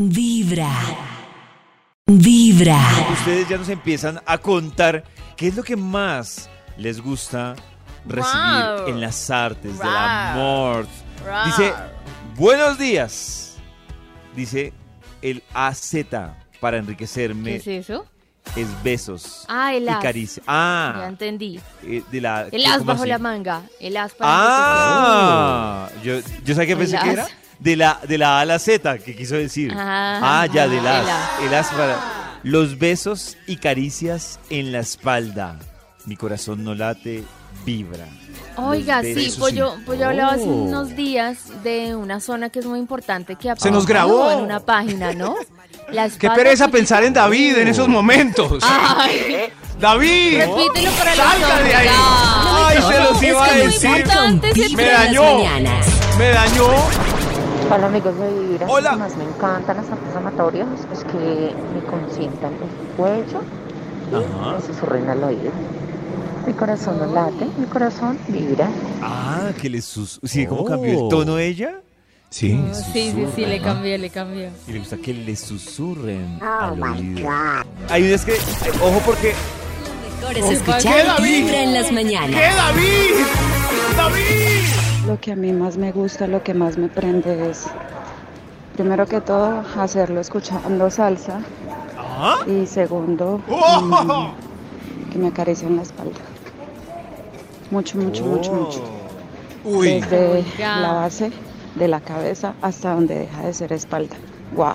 Vibra. Vibra. Ustedes ya nos empiezan a contar qué es lo que más les gusta recibir en las artes del amor. Dice, buenos días. Dice el AZ para enriquecerme. ¿Qué es eso? Es besos. El y as. caricia. Ya entendí. El as ¿cómo bajo así? la manga. El as para Yo sabía que pensé que era de la A a la Z, que quiso decir. Del as. El as para los besos y caricias en la espalda. Mi corazón no late, vibra. Oiga, Los sí, besos pues yo hablaba hace unos días de una zona que es muy importante que Se nos grabó. en una página, ¿no? La Qué espalda pereza que- pensar en David en esos momentos. Ay, ¡David! repítelo para los ¡Salga de ahí! hombres. ¡Ay, se los iba a Es que decir! muy importante ese Me Vibra en las dañó. mañanas. ¡Me dañó! Hola amigos de Vibra, Hola. lo que más me encantan las artes amatorias es que me consientan el cuello y Ajá. me susurren al oído. Mi corazón no late, mi corazón vibra. Que le Sí, ¿cómo cambió el tono ella? Sí. Sí, le cambié. Y le gusta que le susurren al oído. Hay unas que, ojo porque Mejor es ¿Qué, escuchar David? Vibra en las mañanas. ¿Qué, David? ¡David! Lo que a mí más me gusta, lo que más me prende es, primero que todo, hacerlo escuchando salsa y segundo, que me acaricien la espalda. Mucho. Uy. Desde Oiga. la base de la cabeza hasta donde deja de ser espalda. ¡Wow!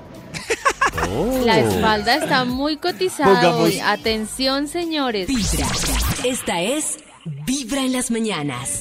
La espalda está muy cotizada Pongamos- hoy. Atención, señores. Vibra. Esta es Vibra en las mañanas.